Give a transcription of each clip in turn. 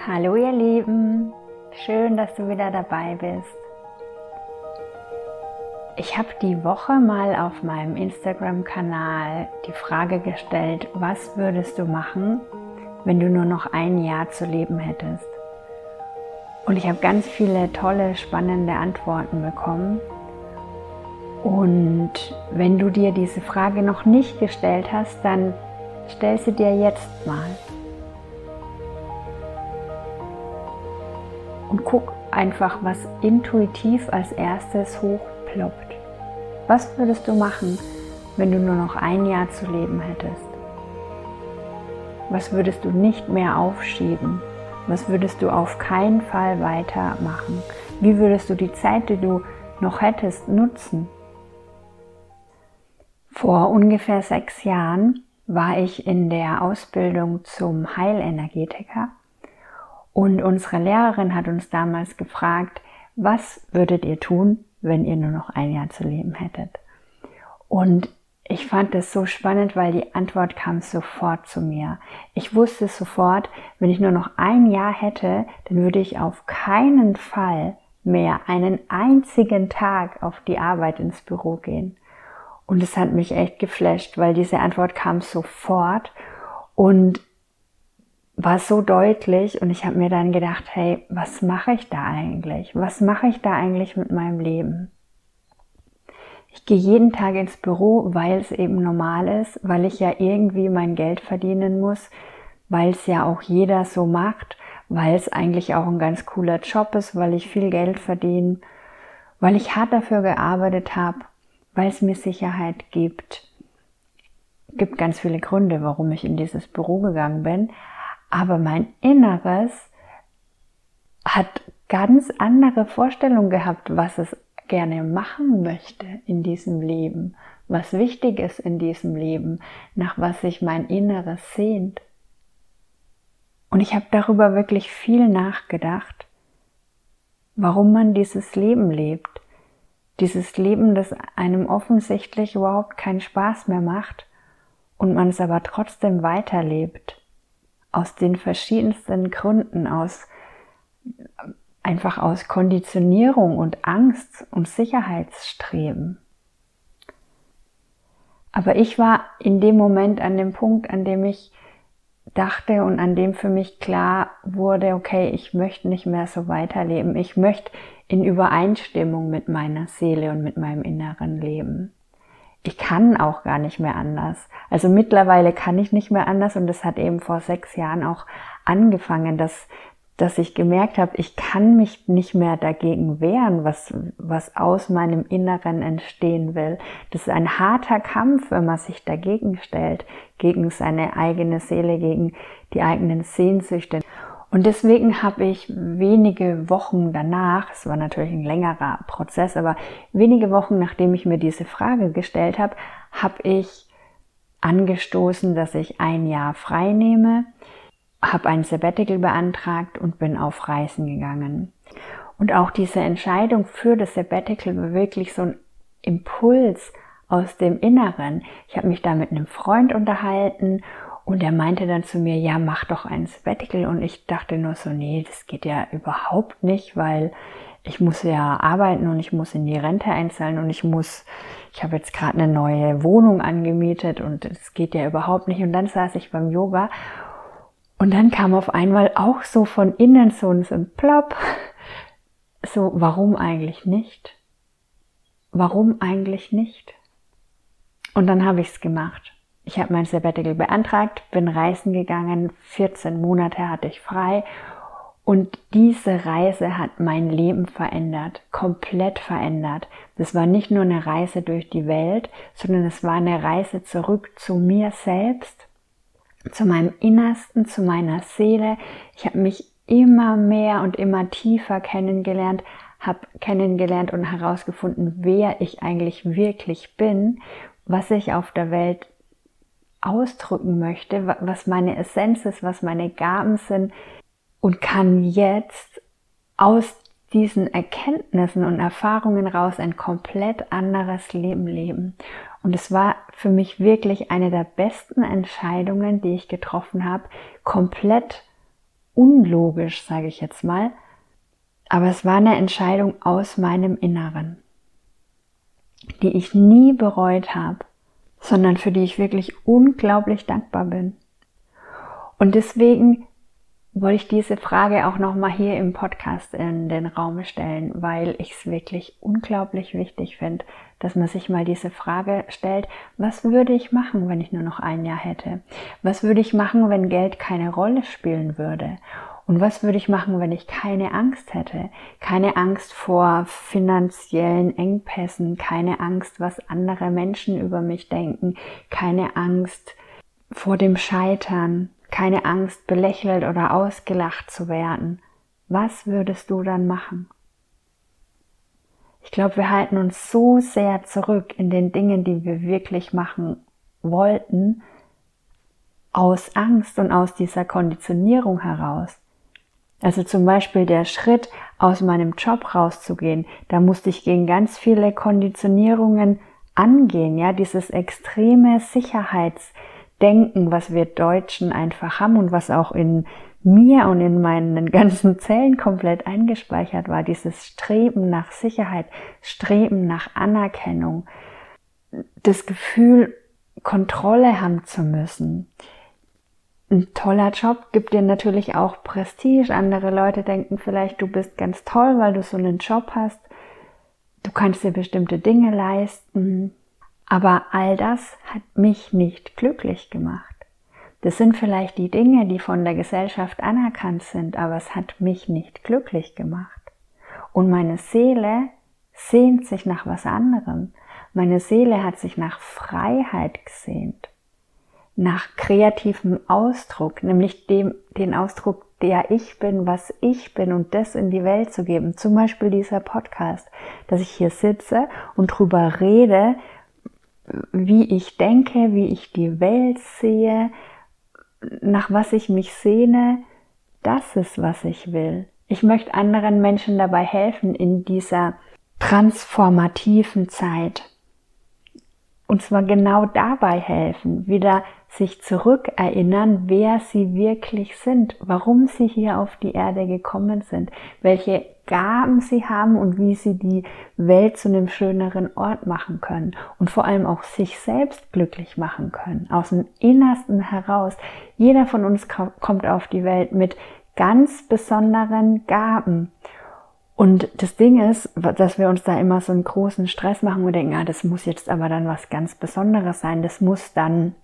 Hallo ihr Lieben, schön, dass du wieder dabei bist. Ich habe die Woche mal auf meinem Instagram-Kanal die Frage gestellt, was würdest du machen, wenn du nur noch ein Jahr zu leben hättest? Und ich habe ganz viele tolle, spannende Antworten bekommen. Und wenn du dir diese Frage noch nicht gestellt hast, dann stell sie dir jetzt mal. Und guck einfach, was intuitiv als erstes hochploppt. Was würdest du machen, wenn du nur noch ein Jahr zu leben hättest? Was würdest du nicht mehr aufschieben? Was würdest du auf keinen Fall weitermachen? Wie würdest du die Zeit, die du noch hättest, nutzen? Vor ungefähr 6 Jahren war ich in der Ausbildung zum Heilenergetiker. Und unsere Lehrerin hat uns damals gefragt, was würdet ihr tun, wenn ihr nur noch ein Jahr zu leben hättet? Und ich fand das so spannend, weil die Antwort kam sofort zu mir. Ich wusste sofort, wenn ich nur noch ein Jahr hätte, dann würde ich auf keinen Fall mehr einen einzigen Tag auf die Arbeit ins Büro gehen. Und es hat mich echt geflasht, weil diese Antwort kam sofort und war so deutlich, und ich habe mir dann gedacht, hey, was mache ich da eigentlich? Was mache ich da eigentlich mit meinem Leben? Ich gehe jeden Tag ins Büro, weil es eben normal ist, weil ich ja irgendwie mein Geld verdienen muss, weil es ja auch jeder so macht, weil es eigentlich auch ein ganz cooler Job ist, weil ich viel Geld verdiene, weil ich hart dafür gearbeitet habe, weil es mir Sicherheit gibt. Es gibt ganz viele Gründe, warum ich in dieses Büro gegangen bin. Aber mein Inneres hat ganz andere Vorstellungen gehabt, was es gerne machen möchte in diesem Leben, was wichtig ist in diesem Leben, nach was sich mein Inneres sehnt. Und ich habe darüber wirklich viel nachgedacht, warum man dieses Leben lebt. Dieses Leben, das einem offensichtlich überhaupt keinen Spaß mehr macht und man es aber trotzdem weiterlebt. Aus den verschiedensten Gründen, einfach aus Konditionierung und Angst und Sicherheitsstreben. Aber ich war in dem Moment an dem Punkt, an dem ich dachte und an dem für mich klar wurde, okay, ich möchte nicht mehr so weiterleben. Ich möchte in Übereinstimmung mit meiner Seele und mit meinem Inneren leben. Ich kann auch gar nicht mehr anders. Also mittlerweile kann ich nicht mehr anders, und das hat eben vor 6 Jahren auch angefangen, dass ich gemerkt habe, ich kann mich nicht mehr dagegen wehren, was aus meinem Inneren entstehen will. Das ist ein harter Kampf, wenn man sich dagegen stellt, gegen seine eigene Seele, gegen die eigenen Sehnsüchte. Und deswegen habe ich wenige Wochen danach, es war natürlich ein längerer Prozess, aber wenige Wochen nachdem ich mir diese Frage gestellt habe, habe ich angestoßen, dass ich ein Jahr frei nehme, habe ein Sabbatical beantragt und bin auf Reisen gegangen. Und auch diese Entscheidung für das Sabbatical war wirklich so ein Impuls aus dem Inneren. Ich habe mich da mit einem Freund unterhalten und er meinte dann zu mir, ja, mach doch ein Sabbatical. Und ich dachte nur so, nee, das geht ja überhaupt nicht, weil ich muss ja arbeiten und ich muss in die Rente einzahlen und ich habe jetzt gerade eine neue Wohnung angemietet und das geht ja überhaupt nicht. Und dann saß ich beim Yoga und dann kam auf einmal auch so von innen so ein Plopp, so, warum eigentlich nicht? Warum eigentlich nicht? Und dann habe ich es gemacht. Ich habe mein Sabbatical beantragt, bin reisen gegangen, 14 Monate hatte ich frei und diese Reise hat mein Leben verändert, komplett verändert. Das war nicht nur eine Reise durch die Welt, sondern es war eine Reise zurück zu mir selbst, zu meinem Innersten, zu meiner Seele. Ich habe mich immer mehr und immer tiefer kennengelernt und herausgefunden, wer ich eigentlich wirklich bin, was ich auf der Welt ausdrücken möchte, was meine Essenz ist, was meine Gaben sind, und kann jetzt aus diesen Erkenntnissen und Erfahrungen raus ein komplett anderes Leben leben. Und es war für mich wirklich eine der besten Entscheidungen, die ich getroffen habe, komplett unlogisch, sage ich jetzt mal. Aber es war eine Entscheidung aus meinem Inneren, die ich nie bereut habe, sondern für die ich wirklich unglaublich dankbar bin. Und deswegen wollte ich diese Frage auch nochmal hier im Podcast in den Raum stellen, weil ich es wirklich unglaublich wichtig finde, dass man sich mal diese Frage stellt, was würde ich machen, wenn ich nur noch ein Jahr hätte? Was würde ich machen, wenn Geld keine Rolle spielen würde? Und was würde ich machen, wenn ich keine Angst hätte? Keine Angst vor finanziellen Engpässen, keine Angst, was andere Menschen über mich denken, keine Angst vor dem Scheitern, keine Angst, belächelt oder ausgelacht zu werden. Was würdest du dann machen? Ich glaube, wir halten uns so sehr zurück in den Dingen, die wir wirklich machen wollten, aus Angst und aus dieser Konditionierung heraus. Also zum Beispiel der Schritt, aus meinem Job rauszugehen, da musste ich gegen ganz viele Konditionierungen angehen, ja, dieses extreme Sicherheitsdenken, was wir Deutschen einfach haben und was auch in mir und in meinen ganzen Zellen komplett eingespeichert war, dieses Streben nach Sicherheit, Streben nach Anerkennung, das Gefühl, Kontrolle haben zu müssen. Ein toller Job gibt dir natürlich auch Prestige. Andere Leute denken vielleicht, du bist ganz toll, weil du so einen Job hast. Du kannst dir bestimmte Dinge leisten. Aber all das hat mich nicht glücklich gemacht. Das sind vielleicht die Dinge, die von der Gesellschaft anerkannt sind, aber es hat mich nicht glücklich gemacht. Und meine Seele sehnt sich nach was anderem. Meine Seele hat sich nach Freiheit gesehnt. Nach kreativem Ausdruck, nämlich den Ausdruck, der ich bin, was ich bin und das in die Welt zu geben. Zum Beispiel dieser Podcast, dass ich hier sitze und drüber rede, wie ich denke, wie ich die Welt sehe, nach was ich mich sehne, das ist, was ich will. Ich möchte anderen Menschen dabei helfen in dieser transformativen Zeit. Und zwar genau dabei helfen, wieder sich zurückerinnern, wer sie wirklich sind, warum sie hier auf die Erde gekommen sind, welche Gaben sie haben und wie sie die Welt zu einem schöneren Ort machen können und vor allem auch sich selbst glücklich machen können, aus dem Innersten heraus. Jeder von uns kommt auf die Welt mit ganz besonderen Gaben. Und das Ding ist, dass wir uns da immer so einen großen Stress machen und denken, das muss jetzt aber dann was ganz Besonderes sein. Ich muss dann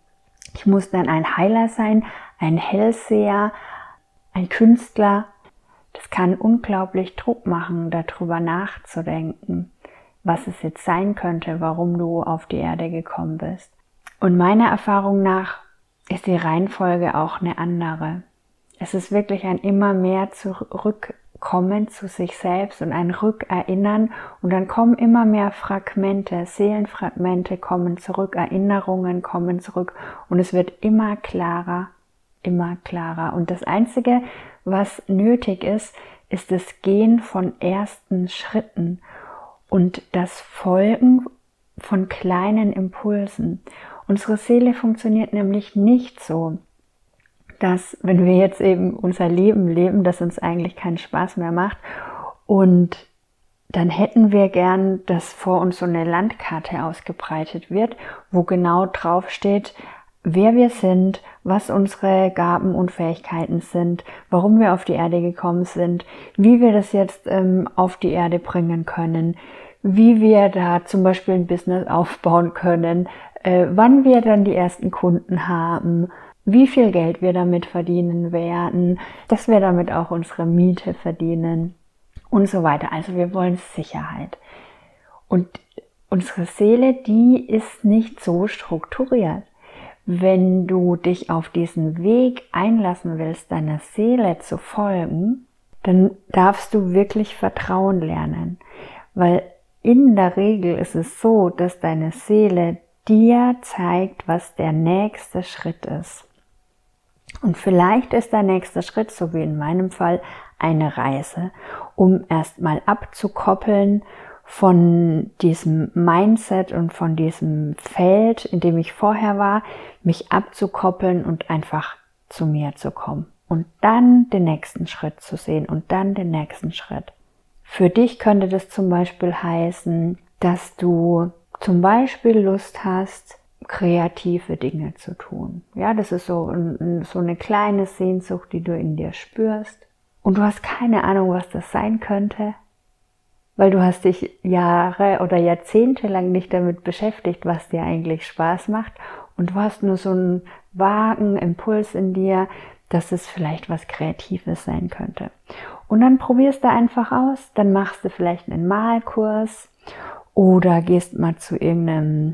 ein Heiler sein, ein Hellseher, ein Künstler. Das kann unglaublich Druck machen, darüber nachzudenken, was es jetzt sein könnte, warum du auf die Erde gekommen bist. Und meiner Erfahrung nach ist die Reihenfolge auch eine andere. Es ist wirklich ein immer mehr Zurückkommen zu sich selbst und ein Rückerinnern und dann kommen immer mehr Fragmente, Seelenfragmente kommen zurück, Erinnerungen kommen zurück und es wird immer klarer, immer klarer. Und das Einzige, was nötig ist, ist das Gehen von ersten Schritten und das Folgen von kleinen Impulsen. Unsere Seele funktioniert nämlich nicht so, dass, wenn wir jetzt eben unser Leben leben, das uns eigentlich keinen Spaß mehr macht und dann hätten wir gern, dass vor uns so eine Landkarte ausgebreitet wird, wo genau drauf steht, wer wir sind, was unsere Gaben und Fähigkeiten sind, warum wir auf die Erde gekommen sind, wie wir das jetzt auf die Erde bringen können, wie wir da zum Beispiel ein Business aufbauen können, wann wir dann die ersten Kunden haben, wie viel Geld wir damit verdienen werden, dass wir damit auch unsere Miete verdienen und so weiter. Also wir wollen Sicherheit. Und unsere Seele, die ist nicht so strukturiert. Wenn du dich auf diesen Weg einlassen willst, deiner Seele zu folgen, dann darfst du wirklich Vertrauen lernen. Weil in der Regel ist es so, dass deine Seele dir zeigt, was der nächste Schritt ist. Und vielleicht ist der nächste Schritt, so wie in meinem Fall, eine Reise, um erstmal abzukoppeln von diesem Mindset und von diesem Feld, in dem ich vorher war, mich abzukoppeln und einfach zu mir zu kommen und dann den nächsten Schritt zu sehen und dann den nächsten Schritt. Für dich könnte das zum Beispiel heißen, dass du zum Beispiel Lust hast, kreative Dinge zu tun. Ja, das ist so eine kleine Sehnsucht, die du in dir spürst. Und du hast keine Ahnung, was das sein könnte, weil du hast dich Jahre oder Jahrzehnte lang nicht damit beschäftigt, was dir eigentlich Spaß macht. Und du hast nur so einen vagen Impuls in dir, dass es vielleicht was Kreatives sein könnte. Und dann probierst du einfach aus, dann machst du vielleicht einen Malkurs oder gehst mal zu irgendeinem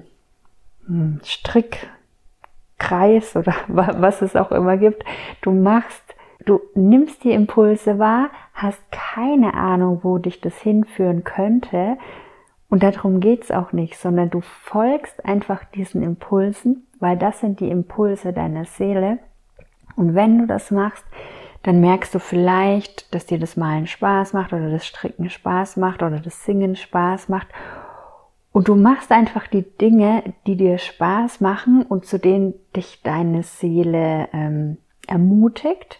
Strickkreis oder was es auch immer gibt. Du nimmst die Impulse wahr, hast keine Ahnung, wo dich das hinführen könnte. Und darum geht's auch nicht, sondern du folgst einfach diesen Impulsen, weil das sind die Impulse deiner Seele. Und wenn du das machst, dann merkst du vielleicht, dass dir das Malen Spaß macht oder das Stricken Spaß macht oder das Singen Spaß macht. Und du machst einfach die Dinge, die dir Spaß machen und zu denen dich deine Seele ermutigt.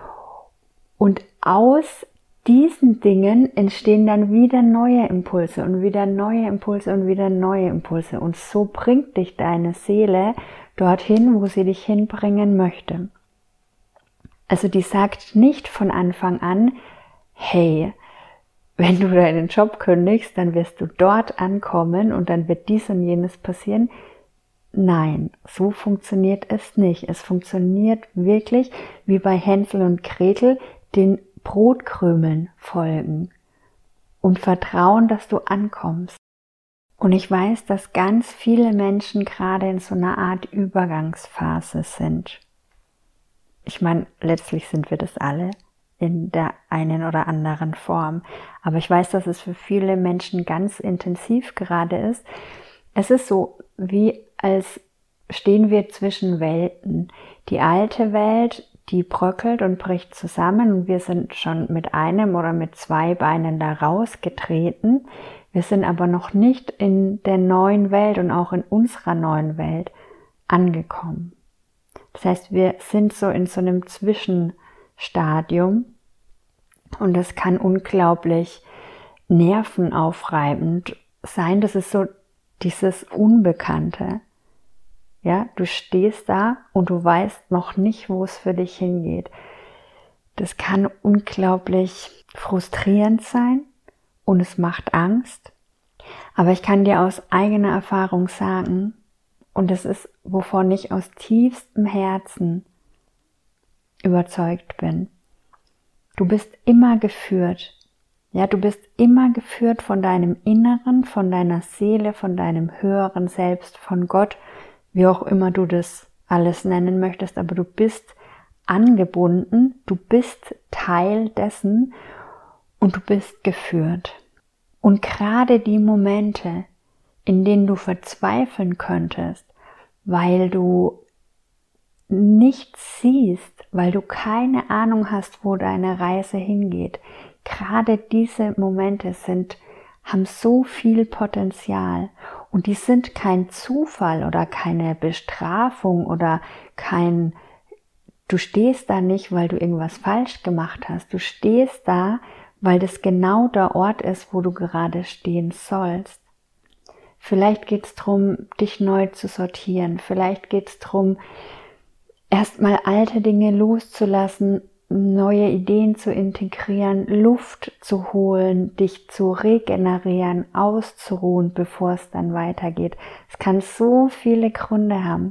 Und aus diesen Dingen entstehen dann wieder neue Impulse und wieder neue Impulse und wieder neue Impulse. Und so bringt dich deine Seele dorthin, wo sie dich hinbringen möchte. Also die sagt nicht von Anfang an, hey, wenn du deinen Job kündigst, dann wirst du dort ankommen und dann wird dies und jenes passieren. Nein, so funktioniert es nicht. Es funktioniert wirklich wie bei Hänsel und Gretel, den Brotkrümeln folgen und vertrauen, dass du ankommst. Und ich weiß, dass ganz viele Menschen gerade in so einer Art Übergangsphase sind. Ich meine, letztlich sind wir das alle in der einen oder anderen Form. Aber ich weiß, dass es für viele Menschen ganz intensiv gerade ist. Es ist so, wie als stehen wir zwischen Welten. Die alte Welt, die bröckelt und bricht zusammen und wir sind schon mit einem oder mit 2 Beinen da rausgetreten. Wir sind aber noch nicht in der neuen Welt und auch in unserer neuen Welt angekommen. Das heißt, wir sind so in so einem Zwischenstadium und das kann unglaublich nervenaufreibend sein. Das ist so dieses Unbekannte. Ja, du stehst da und du weißt noch nicht, wo es für dich hingeht. Das kann unglaublich frustrierend sein und es macht Angst. Aber ich kann dir aus eigener Erfahrung sagen, und das ist, wovon ich aus tiefstem Herzen überzeugt bin. Du bist immer geführt. Ja, du bist immer geführt von deinem Inneren, von deiner Seele, von deinem höheren Selbst, von Gott, wie auch immer du das alles nennen möchtest, aber du bist angebunden, du bist Teil dessen und du bist geführt. Und gerade die Momente, in denen du verzweifeln könntest, weil du nichts siehst, weil du keine Ahnung hast, wo deine Reise hingeht, gerade diese Momente haben so viel Potenzial und die sind kein Zufall oder keine Bestrafung oder du stehst da nicht, weil du irgendwas falsch gemacht hast. Du stehst da, weil das genau der Ort ist, wo du gerade stehen sollst. Vielleicht geht es darum, dich neu zu sortieren. Vielleicht geht es darum, erstmal alte Dinge loszulassen, neue Ideen zu integrieren, Luft zu holen, dich zu regenerieren, auszuruhen, bevor es dann weitergeht. Es kann so viele Gründe haben.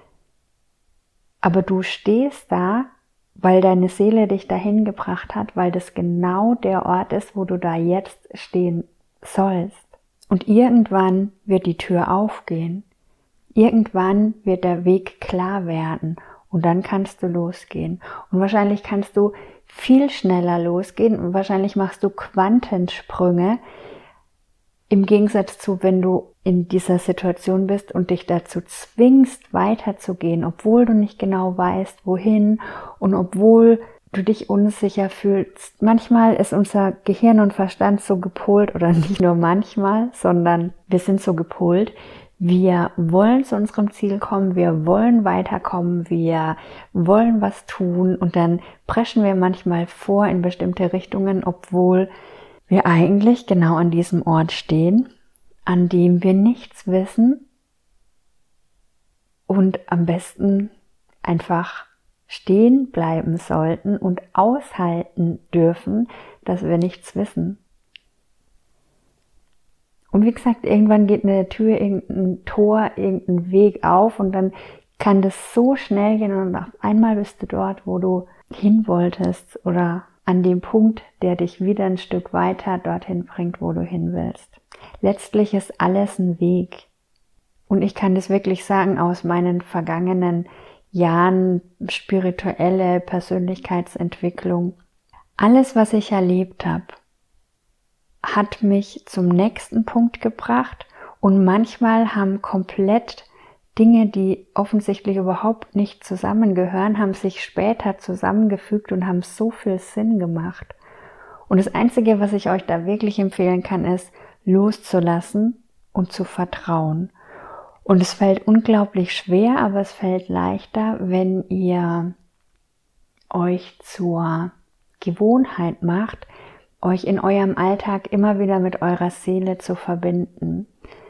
Aber du stehst da, weil deine Seele dich dahin gebracht hat, weil das genau der Ort ist, wo du da jetzt stehen sollst. Und irgendwann wird die Tür aufgehen. Irgendwann wird der Weg klar werden. Und dann kannst du losgehen. Und wahrscheinlich kannst du viel schneller losgehen und wahrscheinlich machst du Quantensprünge im Gegensatz zu, wenn du in dieser Situation bist und dich dazu zwingst, weiterzugehen, obwohl du nicht genau weißt, wohin und obwohl du dich unsicher fühlst. Manchmal ist unser Gehirn und Verstand so gepolt, oder nicht nur manchmal, sondern wir sind so gepolt, Wir wollen zu unserem Ziel kommen, wir wollen weiterkommen, wir wollen was tun und dann preschen wir manchmal vor in bestimmte Richtungen, obwohl wir eigentlich genau an diesem Ort stehen, an dem wir nichts wissen und am besten einfach stehen bleiben sollten und aushalten dürfen, dass wir nichts wissen. Und wie gesagt, irgendwann geht eine Tür, irgendein Tor, irgendein Weg auf und dann kann das so schnell gehen und auf einmal bist du dort, wo du hin wolltest oder an dem Punkt, der dich wieder ein Stück weiter dorthin bringt, wo du hin willst. Letztlich ist alles ein Weg. Und ich kann das wirklich sagen aus meinen vergangenen Jahren, spirituelle Persönlichkeitsentwicklung. Alles, was ich erlebt habe, hat mich zum nächsten Punkt gebracht und manchmal haben komplett Dinge, die offensichtlich überhaupt nicht zusammengehören, haben sich später zusammengefügt und haben so viel Sinn gemacht. Und das Einzige, was ich euch da wirklich empfehlen kann, ist loszulassen und zu vertrauen. Und es fällt unglaublich schwer, aber es fällt leichter, wenn ihr euch zur Gewohnheit macht, euch in eurem Alltag immer wieder mit eurer Seele zu verbinden.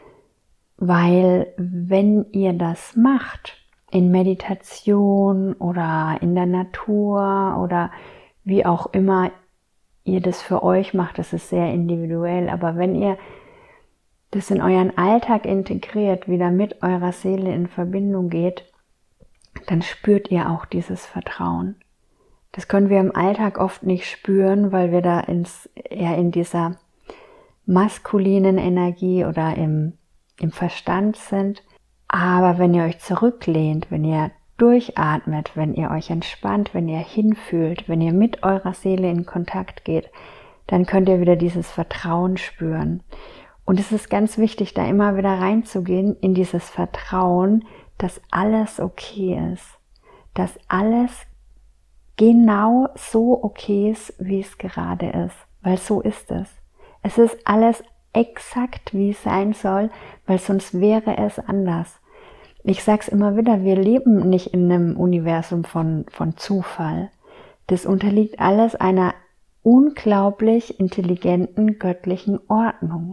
Weil wenn ihr das macht, in Meditation oder in der Natur oder wie auch immer ihr das für euch macht, das ist sehr individuell, aber wenn ihr das in euren Alltag integriert, wieder mit eurer Seele in Verbindung geht, dann spürt ihr auch dieses Vertrauen. Das können wir im Alltag oft nicht spüren, weil wir da eher in dieser maskulinen Energie oder im Verstand sind. Aber wenn ihr euch zurücklehnt, wenn ihr durchatmet, wenn ihr euch entspannt, wenn ihr hinfühlt, wenn ihr mit eurer Seele in Kontakt geht, dann könnt ihr wieder dieses Vertrauen spüren. Und es ist ganz wichtig, da immer wieder reinzugehen in dieses Vertrauen, dass alles okay ist, dass alles genau so okay ist, wie es gerade ist, weil so ist es. Es ist alles exakt, wie es sein soll, weil sonst wäre es anders. Ich sag's immer wieder, wir leben nicht in einem Universum von Zufall. Das unterliegt alles einer unglaublich intelligenten göttlichen Ordnung.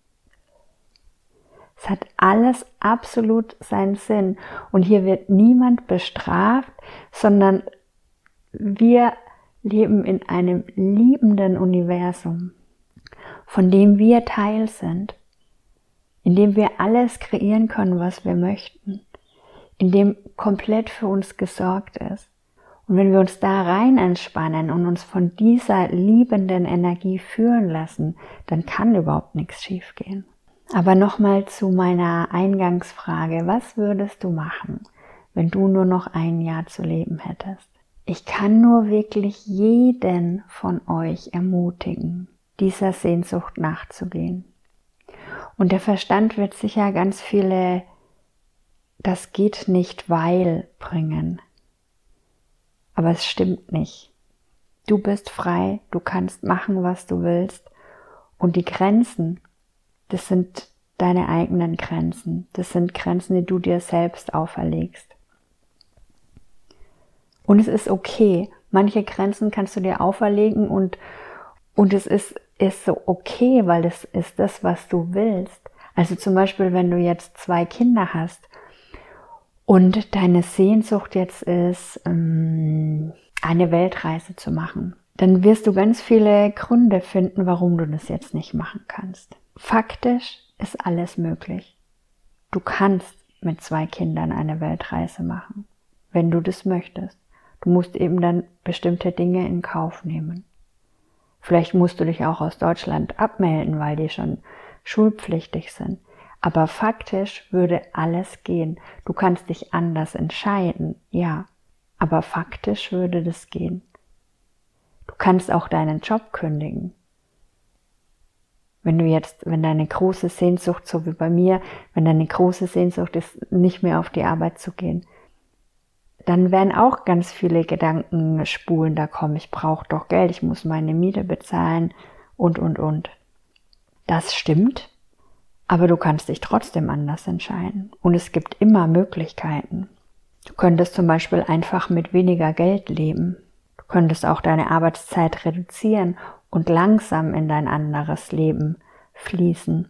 Es hat alles absolut seinen Sinn und hier wird niemand bestraft, sondern wir leben in einem liebenden Universum, von dem wir Teil sind, in dem wir alles kreieren können, was wir möchten, in dem komplett für uns gesorgt ist. Und wenn wir uns da rein entspannen und uns von dieser liebenden Energie führen lassen, dann kann überhaupt nichts schiefgehen. Aber nochmal zu meiner Eingangsfrage, was würdest du machen, wenn du nur noch ein Jahr zu leben hättest? Ich kann nur wirklich jeden von euch ermutigen, dieser Sehnsucht nachzugehen. Und der Verstand wird sicher ganz viele "das geht nicht, weil" bringen. Aber es stimmt nicht. Du bist frei, du kannst machen, was du willst. Und die Grenzen, das sind deine eigenen Grenzen. Das sind Grenzen, die du dir selbst auferlegst. Und es ist okay. Manche Grenzen kannst du dir auferlegen und es ist so okay, weil es ist das, was du willst. Also zum Beispiel, wenn du jetzt 2 Kinder hast und deine Sehnsucht jetzt ist, eine Weltreise zu machen, dann wirst du ganz viele Gründe finden, warum du das jetzt nicht machen kannst. Faktisch ist alles möglich. Du kannst mit 2 Kindern eine Weltreise machen, wenn du das möchtest. Du musst eben dann bestimmte Dinge in Kauf nehmen. Vielleicht musst du dich auch aus Deutschland abmelden, weil die schon schulpflichtig sind. Aber faktisch würde alles gehen. Du kannst dich anders entscheiden, ja. Aber faktisch würde das gehen. Du kannst auch deinen Job kündigen. Wenn deine große Sehnsucht, so wie bei mir, wenn deine große Sehnsucht ist, nicht mehr auf die Arbeit zu gehen, dann werden auch ganz viele Gedankenspulen da kommen. Ich brauche doch Geld, ich muss meine Miete bezahlen und. Das stimmt, Aber du kannst dich trotzdem anders entscheiden. Und es gibt immer Möglichkeiten. Du könntest zum Beispiel einfach mit weniger Geld leben. Du könntest auch deine Arbeitszeit reduzieren und langsam in dein anderes Leben fließen.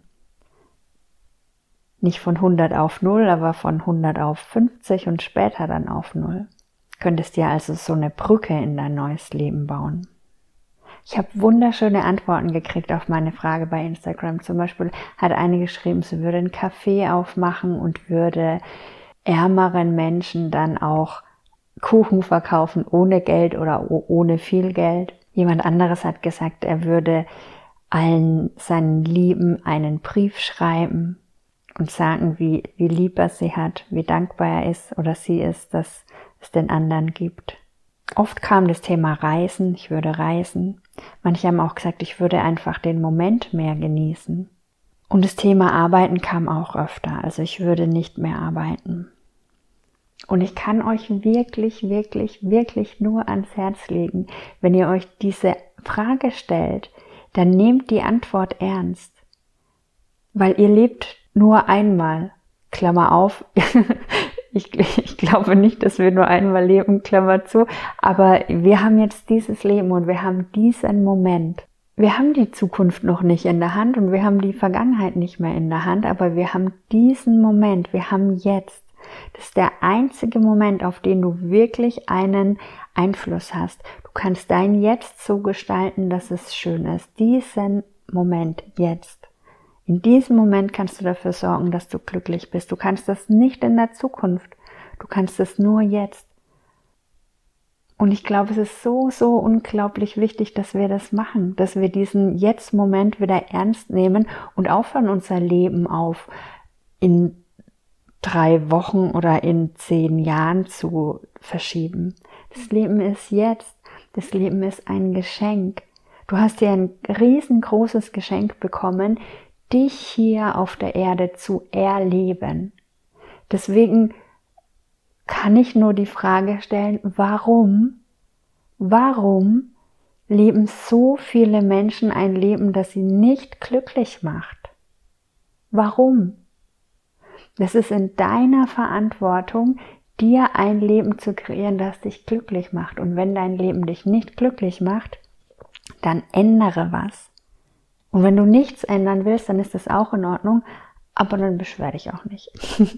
Nicht von 100 auf 0, aber von 100 auf 50 und später dann auf 0. Du könntest dir also so eine Brücke in dein neues Leben bauen. Ich habe wunderschöne Antworten gekriegt auf meine Frage bei Instagram. Zum Beispiel hat eine geschrieben, sie würde einen Café aufmachen und würde ärmeren Menschen dann auch Kuchen verkaufen ohne Geld oder ohne viel Geld. Jemand anderes hat gesagt, er würde allen seinen Lieben einen Brief schreiben und sagen, wie lieb er sie hat, wie dankbar er ist oder sie ist, dass es den anderen gibt. Oft kam das Thema Reisen, ich würde reisen. Manche haben auch gesagt, ich würde einfach den Moment mehr genießen. Und das Thema Arbeiten kam auch öfter, also ich würde nicht mehr arbeiten. Und ich kann euch wirklich, wirklich, wirklich nur ans Herz legen, wenn ihr euch diese Frage stellt, dann nehmt die Antwort ernst. Weil ihr lebt nur einmal, Klammer auf, ich glaube nicht, dass wir nur einmal leben, Klammer zu, aber wir haben jetzt dieses Leben und wir haben diesen Moment. Wir haben die Zukunft noch nicht in der Hand und wir haben die Vergangenheit nicht mehr in der Hand, aber wir haben diesen Moment, wir haben jetzt. Das ist der einzige Moment, auf den du wirklich einen Einfluss hast. Du kannst dein Jetzt so gestalten, dass es schön ist. Diesen Moment jetzt. In diesem Moment kannst du dafür sorgen, dass du glücklich bist. Du kannst das nicht in der Zukunft. Du kannst es nur jetzt. Und ich glaube, es ist so, so unglaublich wichtig, dass wir das machen, dass wir diesen Jetzt-Moment wieder ernst nehmen und aufhören, unser Leben auf in 3 Wochen oder in 10 Jahren zu verschieben. Das Leben ist jetzt. Das Leben ist ein Geschenk. Du hast dir ein riesengroßes Geschenk bekommen, dich hier auf der Erde zu erleben. Deswegen kann ich nur die Frage stellen, warum leben so viele Menschen ein Leben, das sie nicht glücklich macht? Warum? Das ist in deiner Verantwortung, dir ein Leben zu kreieren, das dich glücklich macht. Und wenn dein Leben dich nicht glücklich macht, dann ändere was. Und wenn du nichts ändern willst, dann ist das auch in Ordnung, aber dann beschwer dich auch nicht.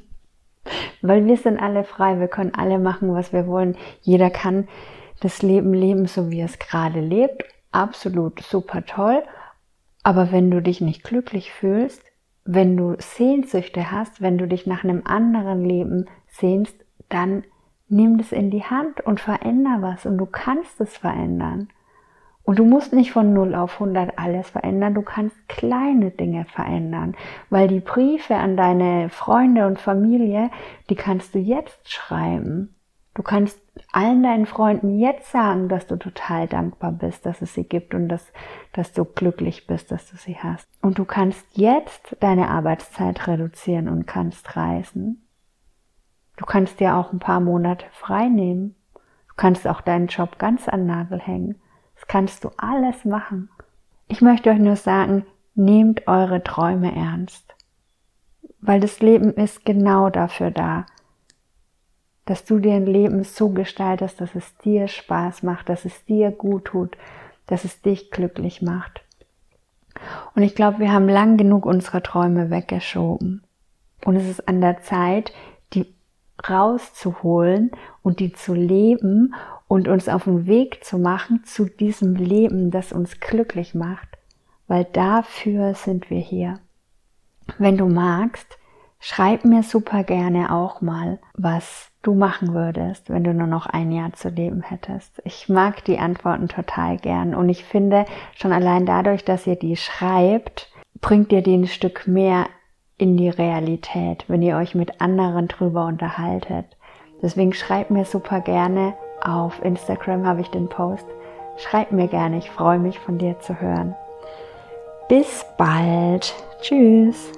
Weil wir sind alle frei, wir können alle machen, was wir wollen. Jeder kann das Leben leben, so wie es gerade lebt. Absolut super toll. Aber wenn du dich nicht glücklich fühlst, wenn du Sehnsüchte hast, wenn du dich nach einem anderen Leben sehnst, dann nimm das in die Hand und veränder was. Und du kannst es verändern. Und du musst nicht von 0 auf 100 alles verändern, du kannst kleine Dinge verändern, weil die Briefe an deine Freunde und Familie, die kannst du jetzt schreiben. Du kannst allen deinen Freunden jetzt sagen, dass du total dankbar bist, dass es sie gibt und dass du glücklich bist, dass du sie hast. Und du kannst jetzt deine Arbeitszeit reduzieren und kannst reisen. Du kannst dir auch ein paar Monate frei nehmen. Du kannst auch deinen Job ganz an den Nagel hängen. Das kannst du alles machen. Ich möchte euch nur sagen, nehmt eure Träume ernst. Weil das Leben ist genau dafür da, dass du dir ein Leben so gestaltest, dass es dir Spaß macht, dass es dir gut tut, dass es dich glücklich macht. Und ich glaube, wir haben lang genug unsere Träume weggeschoben. Und es ist an der Zeit, die rauszuholen und die zu leben und uns auf den Weg zu machen zu diesem Leben, das uns glücklich macht, weil dafür sind wir hier. Wenn du magst, schreib mir super gerne auch mal, was du machen würdest, wenn du nur noch ein Jahr zu leben hättest. Ich mag die Antworten total gern und ich finde, schon allein dadurch, dass ihr die schreibt, bringt ihr die ein Stück mehr in die Realität, wenn ihr euch mit anderen drüber unterhaltet. Deswegen schreibt mir super gerne. Auf Instagram habe ich den Post. Schreib mir gerne, ich freue mich von dir zu hören. Bis bald. Tschüss.